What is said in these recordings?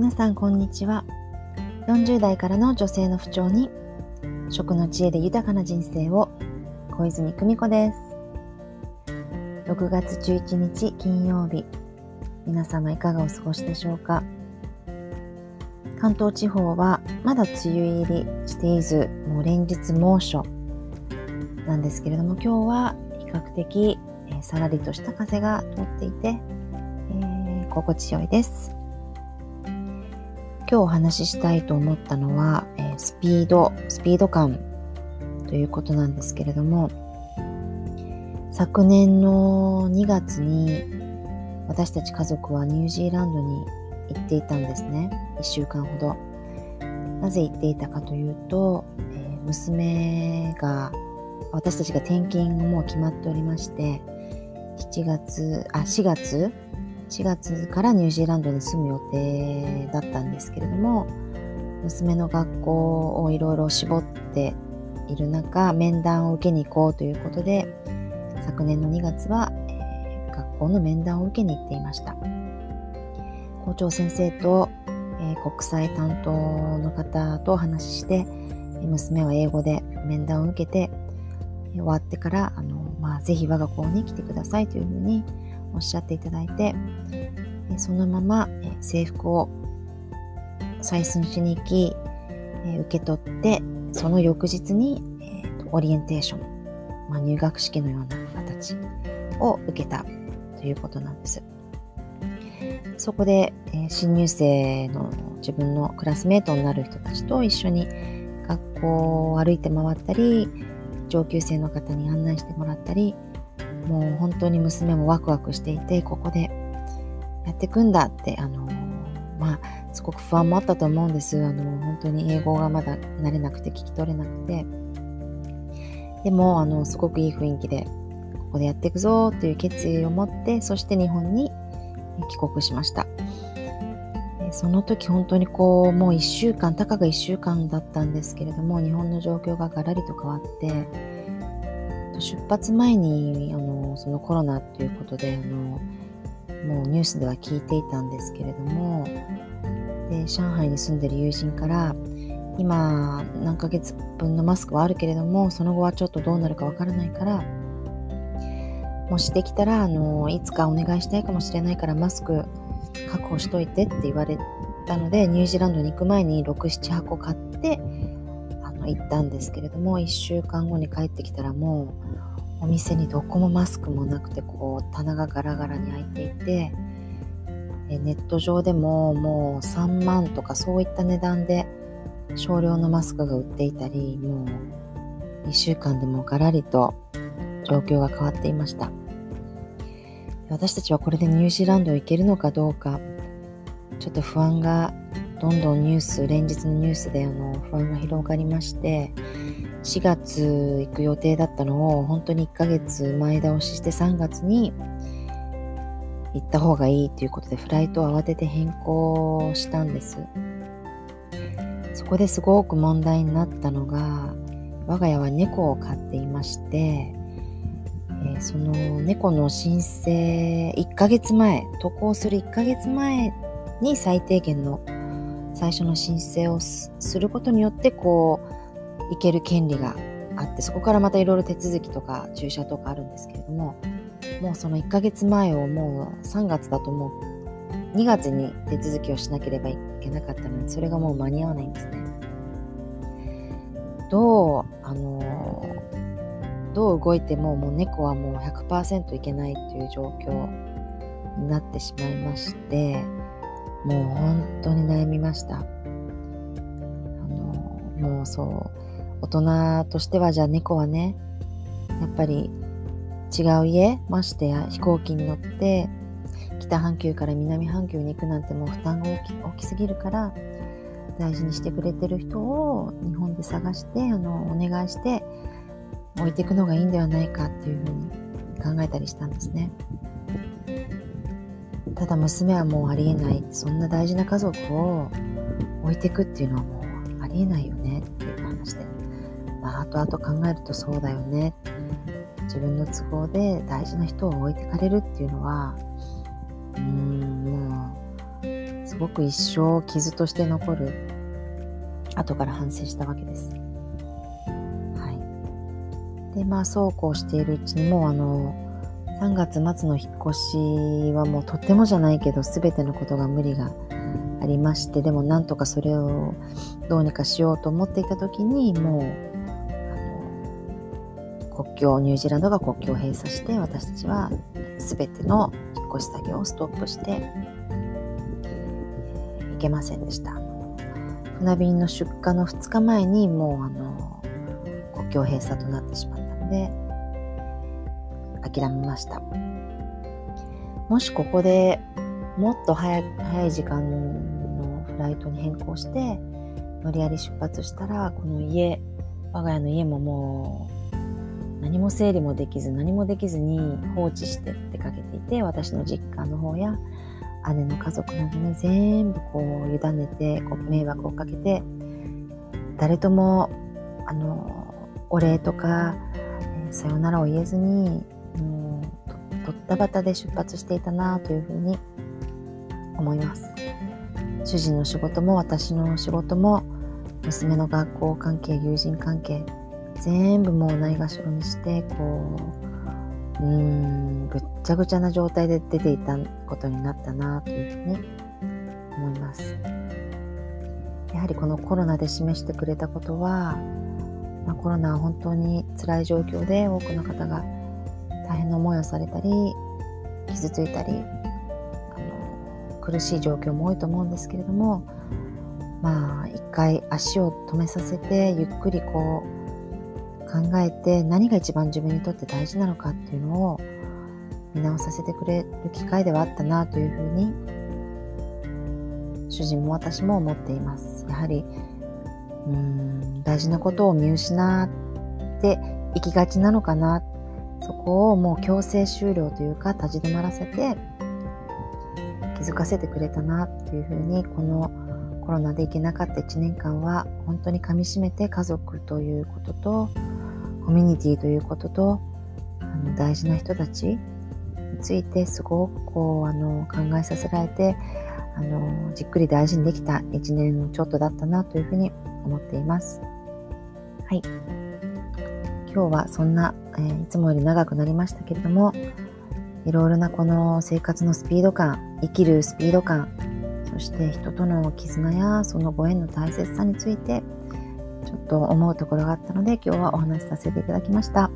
皆さんこんにちは。40代からの女性の不調に食の知恵で豊かな人生を、小泉久美子です。6月11日金曜日、皆様いかがお過ごしでしょうか。関東地方はまだ梅雨入りしていず、もう連日猛暑なんですけれども、今日は比較的さらりとした風が通っていて、心地よいです。今日お話ししたいと思ったのは、スピード感ということなんですけれども、昨年の2月に私たち家族はニュージーランドに行っていたんですね。1週間ほど。なぜ行っていたかというと、娘が、私たちが転勤がもう決まっておりまして、4月からニュージーランドに住む予定だったんですけれども、娘の学校をいろいろ絞っている中、面談を受けに行こうということで、昨年の2月は、学校の面談を受けに行っていました。校長先生と、国際担当の方とお話しして、娘は英語で面談を受けて、終わってからぜひ我が校に来てくださいというふうにおっしゃっていただいて、そのまま制服を採寸しに行き、受け取って、その翌日に、オリエンテーション、入学式のような形を受けたということなんです。そこで、新入生の自分のクラスメートになる人たちと一緒に学校を歩いて回ったり、上級生の方に案内してもらったり、もう本当に娘もワクワクしていて、ここでやっていくんだって、すごく不安もあったと思うんです。本当に英語がまだ慣れなくて聞き取れなくて。でも、すごくいい雰囲気で、ここでやっていくぞという決意を持って、そして日本に帰国しました。その時本当にもう1週間、たかが1週間だったんですけれども、日本の状況がガラリと変わって、出発前にそのコロナということでもうニュースでは聞いていたんですけれども、で上海に住んでいる友人から、今何ヶ月分のマスクはあるけれども、その後はちょっとどうなるかわからないから、もしできたらいつかお願いしたいかもしれないからマスク確保しといてって言われたので、ニュージーランドに行く前に 6,7 箱買って行ったんですけれども、1週間後に帰ってきたらもうお店にどこもマスクもなくて、棚がガラガラに開いていて、ネット上でももう3万とかそういった値段で少量のマスクが売っていたり、もう1週間でもガラリと状況が変わっていました。私たちはこれでニュージーランド行けるのかどうか、ちょっと不安がどんどん連日のニュースで不安が広がりまして、4月行く予定だったのを本当に1ヶ月前倒しして3月に行った方がいいということで、フライトを慌てて変更したんです。そこですごく問題になったのが、我が家は猫を飼っていまして、その猫の申請渡航する1ヶ月前に最低限の最初の申請をすることによって行ける権利があって、そこからまたいろいろ手続きとか注射とかあるんですけれども、もうその1ヶ月前をもう3月だともう2月に手続きをしなければいけなかったので、それがもう間に合わないんですね。どう動いてももう猫はもう 100% いけないという状況になってしまいまして、もう本当に悩みました。もう大人としては、じゃあ猫はね、やっぱり違う家、ましてや飛行機に乗って北半球から南半球に行くなんてもう負担が大きすぎるから、大事にしてくれてる人を日本で探してお願いして置いていくのがいいんではないかっていうふうに考えたりしたんですね。ただ娘はもうありえない、そんな大事な家族を置いていくっていうのはもうありえないよねっていう話で、後々考えるとそうだよね、自分の都合で大事な人を置いてかれるっていうのはもうすごく一生傷として残る、後から反省したわけです。はい。で、そうこうしているうちにもう3月末の引っ越しはもうとってもじゃないけど全てのことが無理がありまして、でもなんとかそれをどうにかしようと思っていた時に、もうニュージーランドが国境を閉鎖して、私たちは全ての引っ越し作業をストップしていけませんでした。船便の出荷の2日前にもう国境閉鎖となってしまったので諦めました。もしここでもっと早い時間のフライトに変更して無理やり出発したら、この我が家の家ももう何も整理もできず何もできずに放置して出かけていて、私の実家の方や姉の家族などね、全部委ねて迷惑をかけて、誰ともお礼とかさよならを言えずに、もうとったばたで出発していたなというふうに思います。主人の仕事も私の仕事も娘の学校関係、友人関係、全部もうないがしろにしてぐっちゃぐちゃな状態で出ていたことになったなというふうに思います。やはりこのコロナで示してくれたことは、コロナは本当に辛い状況で多くの方が大変な思いをされたり傷ついたり苦しい状況も多いと思うんですけれども、一回足を止めさせてゆっくり考えて、何が一番自分にとって大事なのかっていうのを見直させてくれる機会ではあったなというふうに主人も私も思っています。やはり大事なことを見失っていきがちなのかな。そこをもう強制終了というか立ち止まらせて気づかせてくれたなというふうに、このコロナで行けなかった1年間は本当に噛み締めて、家族ということとコミュニティということと大事な人たちについてすごく考えさせられてじっくり大事にできた1年ちょっとだったなというふうに思っています。はい。今日はそんな、いつもより長くなりましたけれども、いろいろなこの生活のスピード感、生きるスピード感、そして人との絆やそのご縁の大切さについてちょっと思うところがあったので、今日はお話しさせていただきました。はい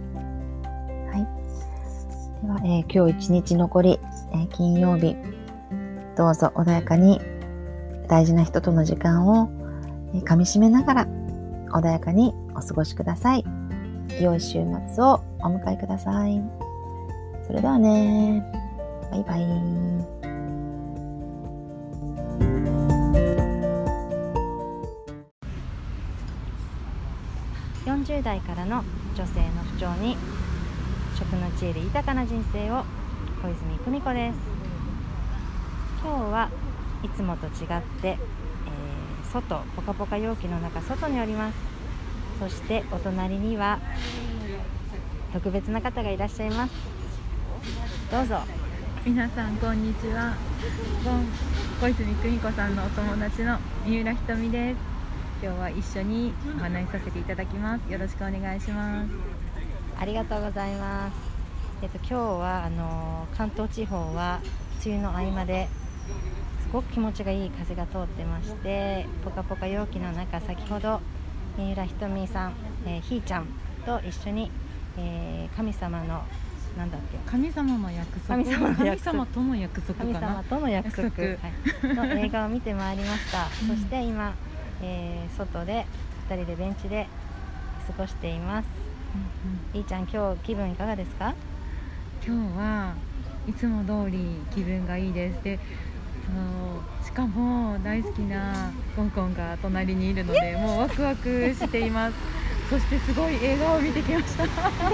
。では、今日一日残り、金曜日、どうぞ穏やかに大事な人との時間を噛み締めながら穏やかにお過ごしください。良い週末をお迎えください。それではね、バイバイ。40代からの女性の不調に食の知恵で豊かな人生を、小泉久美子です。今日はいつもと違って、外ポカポカ陽気の中、外におります。そしてお隣には特別な方がいらっしゃいます。どうぞ。 皆さんこんにちは。小泉久美子さんのお友達の三浦ひとみです。今日は一緒にお話しさせていただきます。よろしくお願いします。 ありがとうございます。今日は関東地方は梅雨の合間ですごく気持ちがいい風が通ってまして、ポカポカ陽気の中、先ほど三浦ひとみさん、ひーちゃんと一緒に、神様の神様との約束かな、 神様との約束、の映画を見てまいりました。そして今、外で2人でベンチで過ごしています。ひーちゃん、今日気分いかがですか？ 今日はいつも通り気分がいいです。で、しかも大好きなコンコンが隣にいるので、もうワクワクしています。そしてすごい映画を見てきました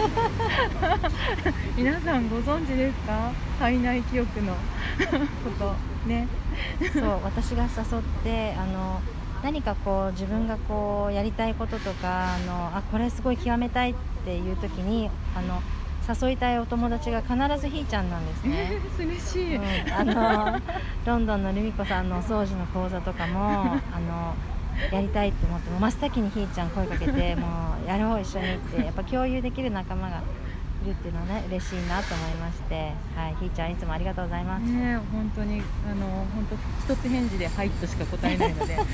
皆さんご存知ですか？体内記憶のことね。 そう、私が誘って何か自分がやりたいこととかこれすごい極めたいっていう時に誘いたいお友達が必ずひーちゃんなんですね。 嬉しい、 ロンドンのルミ子さんのお掃除の講座とかもやりたいって思っても真っ先にひーちゃん声かけてもうやろう一緒にってやっぱ共有できる仲間がいるっていうのはね嬉しいなと思いまして、はい、ひーちゃんいつもありがとうございます。 ね、本当に本当一つ返事で「はい」としか答えないのでね、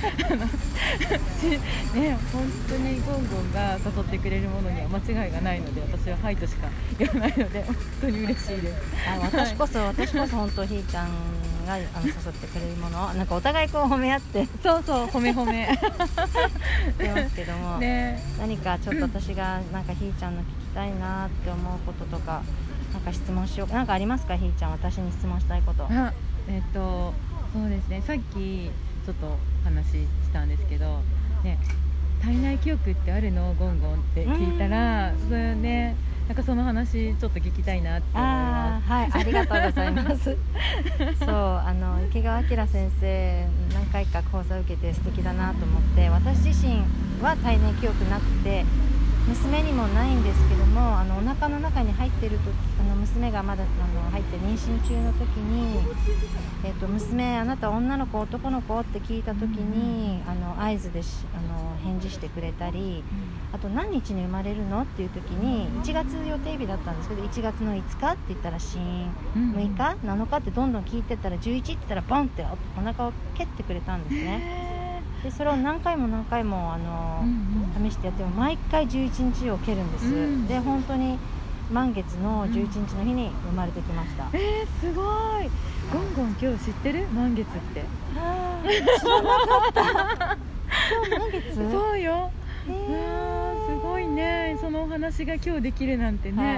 本当にゴンゴンが誘ってくれるものには間違いがないので、私は「はい」としか言わないので本当に嬉しいです。 私こそ本当ひーちゃんが誘ってくれるものなんかお互いこう褒め合ってそう褒め出ますけども、 ね、 何かちょっと私がなんかひーちゃんの聞きたいなって思うこととかなんか質問しようなんかありますかひーちゃん、私に質問したいこと。 そうですね、さっきちょっと話したんですけど、ね、体内記憶ってあるのゴンゴンって聞いたら、そうね、なんかその話ちょっと聞きたいなって思います。 はい、ありがとうございますそう池川明先生何回か講座を受けて素敵だなと思って、私自身は体内記憶なくて娘にもないんですけども、お腹の中に入っている時娘がまだ入って妊娠中の時に、娘あなた女の子男の子って聞いた時に合図で返事してくれたり、あと何日に生まれるのっていう時に1月予定日だったんですけど1月の5日って言ったら死因、6日7日ってどんどん聞いてったら11って言ったらボンってお腹を蹴ってくれたんですね。でそれを何回も試してやっても毎回11日を蹴るんです、で本当に満月の11日の日に生まれてきました。 すごい。ゴンゴン今日知ってる？満月って。 知らなかった今日満月？ そうよ。すごいね、そのお話が今日できるなんてね。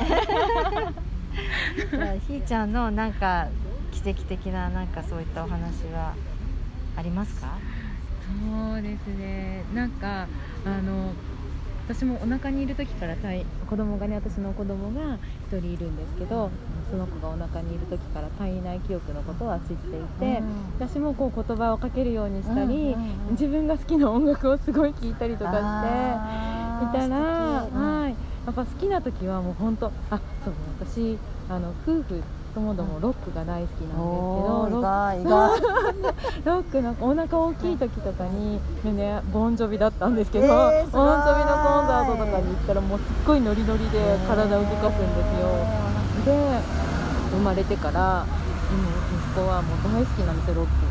ひーちゃんのなんか奇跡的ななんかそういったお話はありますか？ そうですね、なんか私もお腹にいる時から子供がね、私の子供が1人いるんですけど、その子がお腹にいる時から体内記憶のことは知っていて、私もこう言葉をかけるようにしたり、自分が好きな音楽をすごい聴いたりとかしていたら、やっぱ好きな時はもう本当そう私夫婦ともどもロックが大好きなんですけど、ロックのお腹大きい時とかに、ボンジョビだったんですけど、ボンジョビのコンサートとかに行ったらもうすっごいノリノリで体を動かすんですよ。で生まれてから息子はもう大好きなんですよ、ロック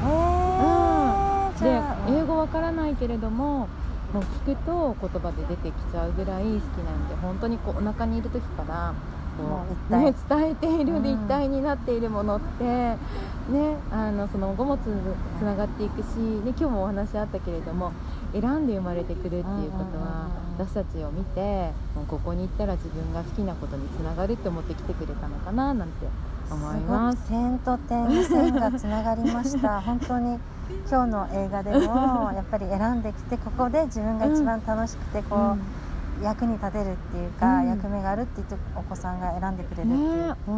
が。で英語わからないけれどももう聞くと言葉で出てきちゃうぐらい好きなんで、本当にお腹にいる時から伝えているで一体になっているものってね、その後もつながっていくし、今日もお話あったけれども選んで生まれてくるっていうことは、私たちを見てもうここに行ったら自分が好きなことにつながるって思って来てくれたのかななんて思います。 すごく点と点の線がつながりました本当に今日の映画でもやっぱり選んできてここで自分が一番楽しくて役に立てるっていうか、役目があるって言ってお子さんが選んでくれるっていう映画だったから、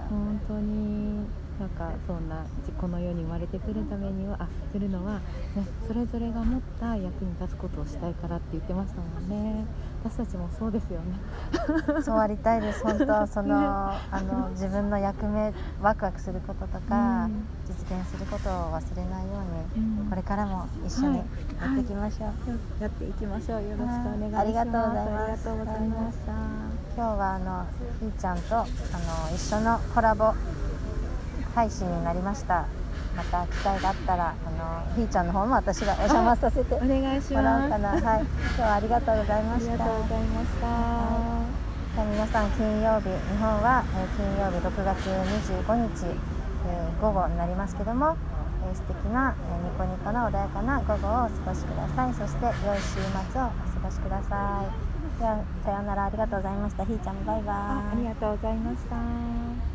本当になんかそんなこの世に生まれてくるためには来るのは、それぞれが持った役に立つことをしたいからって言ってましたもんね。私たちもそうですよね。 そうありたいです本当自分の役目ワクワクすることとか、実現することを忘れないように、これからも一緒にやっていきましょう、 やっていきましょう。よろしくお願いします。 ありがとうございます。 ありがとうございました。 今日はひーちゃんと一緒のコラボ配信になりました。また機会があったらひーちゃんの方も私がお邪魔させてお願いします。 もらおうかな。今日はありがとうございました。 ありがとうございました。 じゃあ皆さん金曜日、日本は金曜日6月25日、午後になりますけども、素敵なニコニコな穏やかな午後をお過ごしください。そして良い週末をお過ごしください。ではさようなら、ありがとうございました。ひーちゃんもバイバイ。 ありがとうございました。